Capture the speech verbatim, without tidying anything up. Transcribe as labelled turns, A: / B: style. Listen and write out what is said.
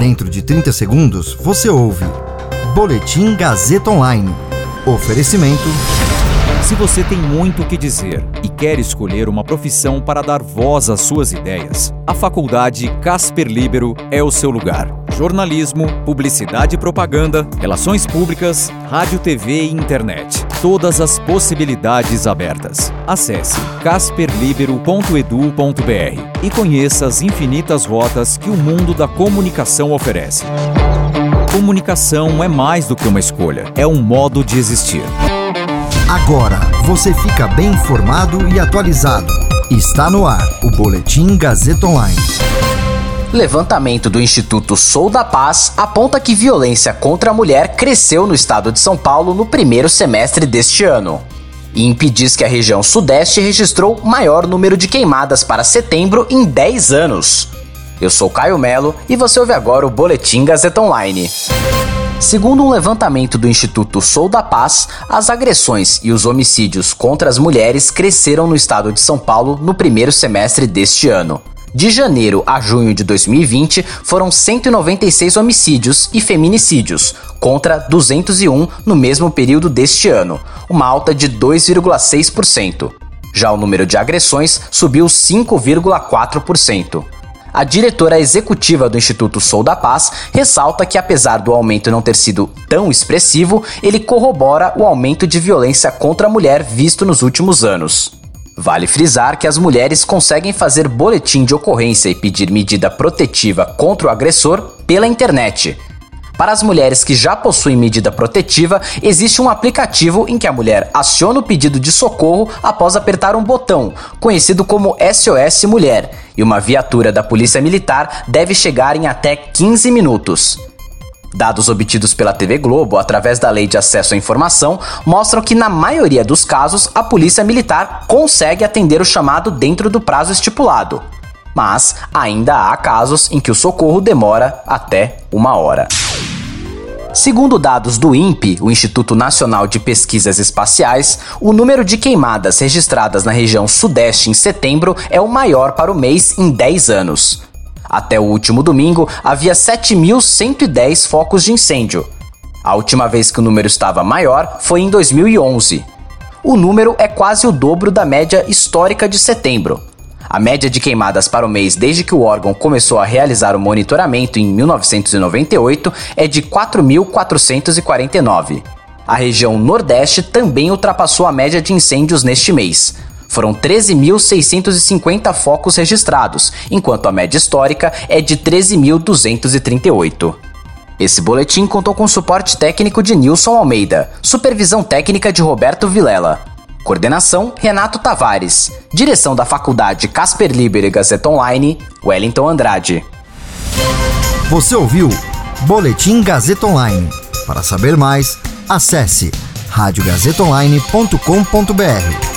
A: Dentro de trinta segundos, você ouve Boletim Gazeta Online. Oferecimento...
B: Se você tem muito o que dizer e quer escolher uma profissão para dar voz às suas ideias, a Faculdade Casper Líbero é o seu lugar. Jornalismo, publicidade e propaganda, relações públicas, rádio, T V e internet. Todas as possibilidades abertas. Acesse casper libero ponto edu ponto br e conheça as infinitas rotas que o mundo da comunicação oferece. Comunicação é mais do que uma escolha, é um modo de existir.
A: Agora você fica bem informado e atualizado. Está no ar o Boletim Gazeta Online.
C: Levantamento do Instituto Sou da Paz aponta que violência contra a mulher cresceu no estado de São Paulo no primeiro semestre deste ano. I N P diz que a região sudeste registrou maior número de queimadas para setembro em dez anos. Eu sou Caio Melo e você ouve agora o Boletim Gazeta Online. Segundo um levantamento do Instituto Sou da Paz, as agressões e os homicídios contra as mulheres cresceram no estado de São Paulo no primeiro semestre deste ano. De janeiro a junho de dois mil e vinte, foram cento e noventa e seis homicídios e feminicídios, contra duzentos e um no mesmo período deste ano, uma alta de dois vírgula seis por cento. Já o número de agressões subiu cinco vírgula quatro por cento. A diretora executiva do Instituto Sou da Paz ressalta que, apesar do aumento não ter sido tão expressivo, ele corrobora o aumento de violência contra a mulher visto nos últimos anos. Vale frisar que as mulheres conseguem fazer boletim de ocorrência e pedir medida protetiva contra o agressor pela internet. Para as mulheres que já possuem medida protetiva, existe um aplicativo em que a mulher aciona o pedido de socorro após apertar um botão, conhecido como S O S Mulher, e uma viatura da Polícia Militar deve chegar em até quinze minutos. Dados obtidos pela T V Globo através da Lei de Acesso à Informação mostram que, na maioria dos casos, a Polícia Militar consegue atender o chamado dentro do prazo estipulado. Mas ainda há casos em que o socorro demora até uma hora. Segundo dados do I N P, o Instituto Nacional de Pesquisas Espaciais, o número de queimadas registradas na região sudeste em setembro é o maior para o mês em dez anos. Até o último domingo, havia sete mil cento e dez focos de incêndio. A última vez que o número estava maior foi em dois mil e onze. O número é quase o dobro da média histórica de setembro. A média de queimadas para o mês desde que o órgão começou a realizar o monitoramento em mil novecentos e noventa e oito é de quatro mil quatrocentos e quarenta e nove. A região Nordeste também ultrapassou a média de incêndios neste mês. Foram treze mil seiscentos e cinquenta focos registrados, enquanto a média histórica é de treze mil duzentos e trinta e oito. Esse boletim contou com suporte técnico de Nilson Almeida, supervisão técnica de Roberto Vilela. Coordenação, Renato Tavares. Direção da Faculdade Casper Líbero e Gazeta Online, Wellington Andrade.
A: Você ouviu Boletim Gazeta Online. Para saber mais, acesse rádio gazeta online ponto com ponto br.